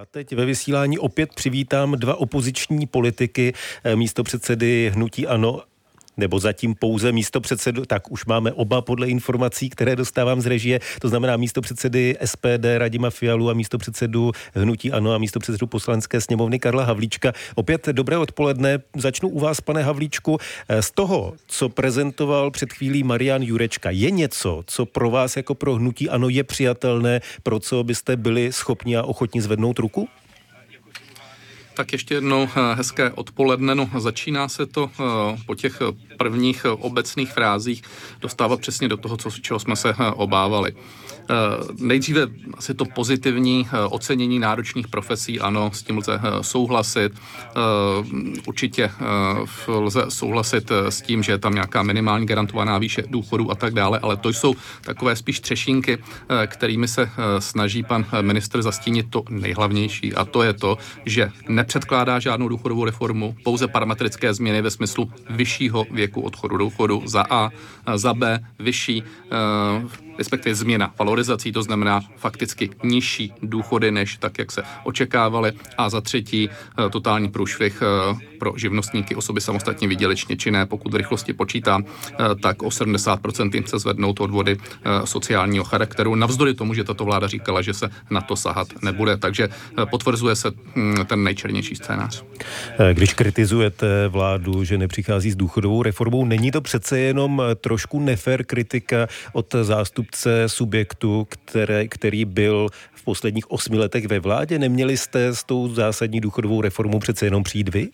teď ve vysílání opět přivítám dva opoziční politiky, místopředsedy hnutí ANO, nebo zatím pouze místopředsedu, tak už máme oba podle informací, které dostávám z režie, to znamená místopředsedy SPD Radima Fialu a místopředsedu hnutí ANO a místopředsedu Poslanecké sněmovny Karla Havlíčka. Opět dobré odpoledne. Začnu u vás, pane Havlíčku. Z toho, co prezentoval před chvílí Marian Jurečka, je něco, co pro vás jako pro hnutí ANO je přijatelné, pro co byste byli schopni a ochotni zvednout ruku? Tak ještě jednou hezké odpoledne. No, začíná se to po těch prvních obecných frázích dostávat přesně do toho, čeho jsme se obávali. Nejdříve asi to pozitivní ocenění náročných profesí, ano, s tím lze souhlasit. Určitě lze souhlasit s tím, že je tam nějaká minimální garantovaná výše důchodů a tak dále, ale to jsou takové spíš třešínky, kterými se snaží pan ministr zastínit to nejhlavnější, a to je to, že nepředkládá žádnou důchodovou reformu, pouze parametrické změny ve smyslu vyššího věku odchodu do důchodu za A, za B vyšší, respektive změna valorizací, to znamená fakticky nižší důchody, než tak, jak se očekávali, a za třetí totální průšvih pro živnostníky, osoby samostatně výdělečně činné, pokud v rychlosti počítám, tak o 70% jim se zvednout odvody sociálního charakteru, navzdory tomu, že tato vláda říkala, že se na to sahat nebude. Takže potvrzuje se ten nejčernější scénář. Když kritizujete vládu, že nepřichází s důchodovou reformou, není to přece jenom trošku nefér kritika od zástupce subjektu, který byl v posledních 8 letech ve vládě? Neměli jste s tou zásadní důchodovou reformou přece jenom přijít vy?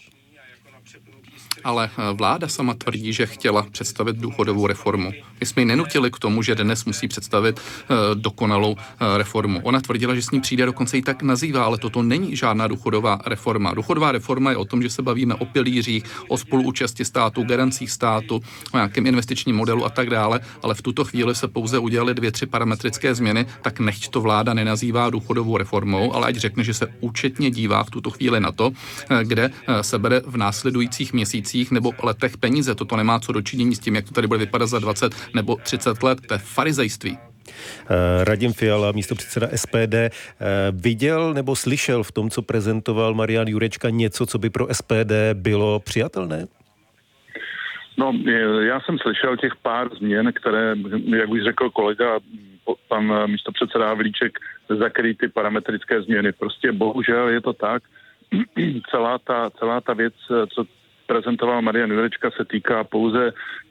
Ale vláda sama tvrdí, že chtěla představit důchodovou reformu. My jsme ji nenutili k tomu, že dnes musí představit dokonalou reformu. Ona tvrdila, že s ní přijde, dokonce ji tak nazývá, ale toto není žádná důchodová reforma. Důchodová reforma je o tom, že se bavíme o pilířích, o spoluúčasti státu, garancích státu, o nějakém investičním modelu a tak dále, ale v tuto chvíli se pouze udělaly 2-3 parametrické změny, tak nechť to vláda nenazývá důchodovou reformou, ale ať řekne, že se účetně dívá v tuto chvíli na to, kde se bere v následujících měsících nebo letech peníze. Toto nemá co dočinění s tím, jak to tady bude vypadat za 20 nebo 30 let. To je farizejství. Radim Fiala, místopředseda SPD, viděl nebo slyšel v tom, co prezentoval Marian Jurečka, něco, co by pro SPD bylo přijatelné? No, já jsem slyšel těch pár změn, které, jak už řekl kolega, pan místopředseda Havlíček, zakryjí ty parametrické změny. Prostě bohužel je to tak. Celá ta věc, co prezentoval Marian Jurečka, se týká pouze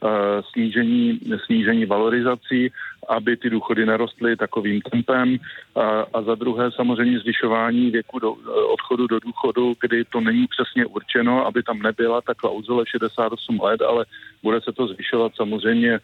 snížení valorizací, aby ty důchody nerostly takovým tempem, a za druhé samozřejmě zvyšování věku odchodu do důchodu, kdy to není přesně určeno, aby tam nebyla ta klauzule 68 let, ale bude se to zvyšovat samozřejmě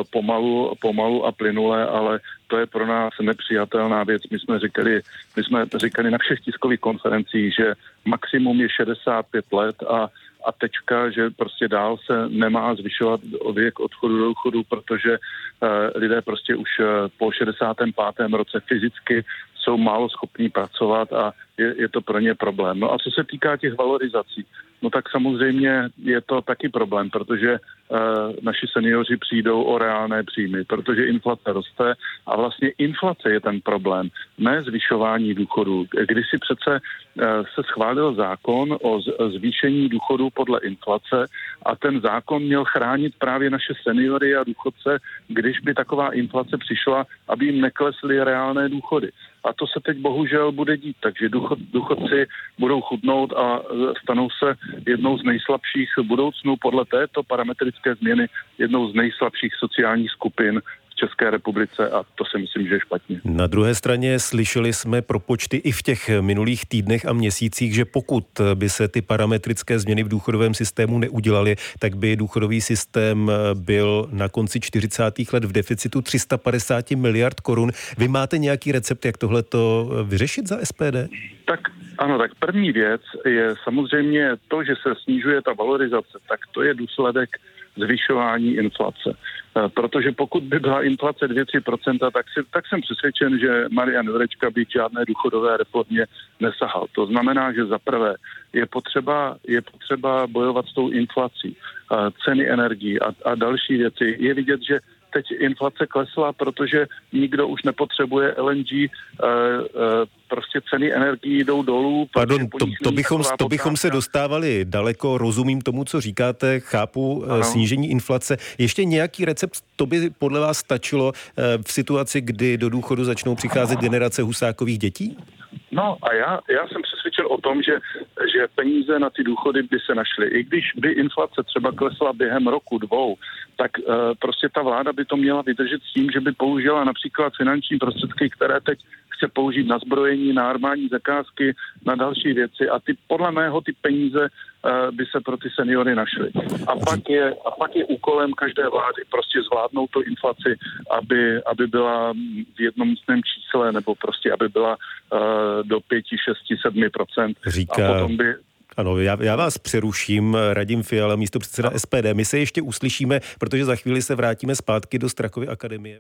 pomalu a plynule, ale to je pro nás nepřijatelná věc. My jsme říkali na všech tiskových konferencích, že maximum je 65 let a tečka, že prostě dál se nemá zvyšovat věk odchodu do důchodu, protože lidé prostě už po 65. roce fyzicky jsou málo schopní pracovat a je to pro ně problém. No a co se týká těch valorizací, no tak samozřejmě je to taky problém, protože naši seniori přijdou o reálné příjmy, protože inflace roste a vlastně inflace je ten problém, ne zvyšování důchodů. Když si přece se schválil zákon o zvýšení důchodů podle inflace a ten zákon měl chránit právě naše seniory a důchodce, když by taková inflace přišla, aby jim neklesly reálné důchody. A to se teď bohužel bude dít, takže důchodci budou chudnout a stanou se jednou z nejslabších v budoucnu podle této parametrické změny, jednou z nejslabších sociálních skupin v České republice, a to si myslím, že je špatně. Na druhé straně slyšeli jsme propočty i v těch minulých týdnech a měsících, že pokud by se ty parametrické změny v důchodovém systému neudělaly, tak by důchodový systém byl na konci 40. let v deficitu 350 miliard korun. Vy máte nějaký recept, jak tohleto vyřešit za SPD? Tak ano, tak první věc je samozřejmě to, že se snižuje ta valorizace, tak to je důsledek zvyšování inflace. Protože pokud by byla inflace 2-3%, tak jsem přesvědčen, že Marian Jurečka by k žádné důchodové reformě nesahal. To znamená, že za prvé je potřeba bojovat s tou inflací, ceny energií a další věci. Je vidět, že teď inflace klesla, protože nikdo už nepotřebuje LNG, prostě ceny energií jdou dolů. Pardon, to bychom se dostávali daleko, rozumím tomu, co říkáte, chápu snížení inflace. Ještě nějaký recept, to by podle vás stačilo v situaci, kdy do důchodu začnou přicházet generace Husákových dětí? No a já jsem přesvědčen o tom, že peníze na ty důchody by se našly. I když by inflace třeba klesla během roku, 2, tak prostě ta vláda by to měla vydržet s tím, že by použila například finanční prostředky, které teď chce použít na zbrojení, na armádní zakázky, na další věci a podle mého ty peníze by se pro ty seniory našly. A pak je úkolem každé vlády prostě zvládnout tu inflaci, aby byla v jednomístném čísle, nebo prostě aby byla do 5, 6, 7%. Říká... A potom by... Ano, já vás přeruším, Radim Fiala, místopředseda SPD. My se ještě uslyšíme, protože za chvíli se vrátíme zpátky do Strakovy akademie.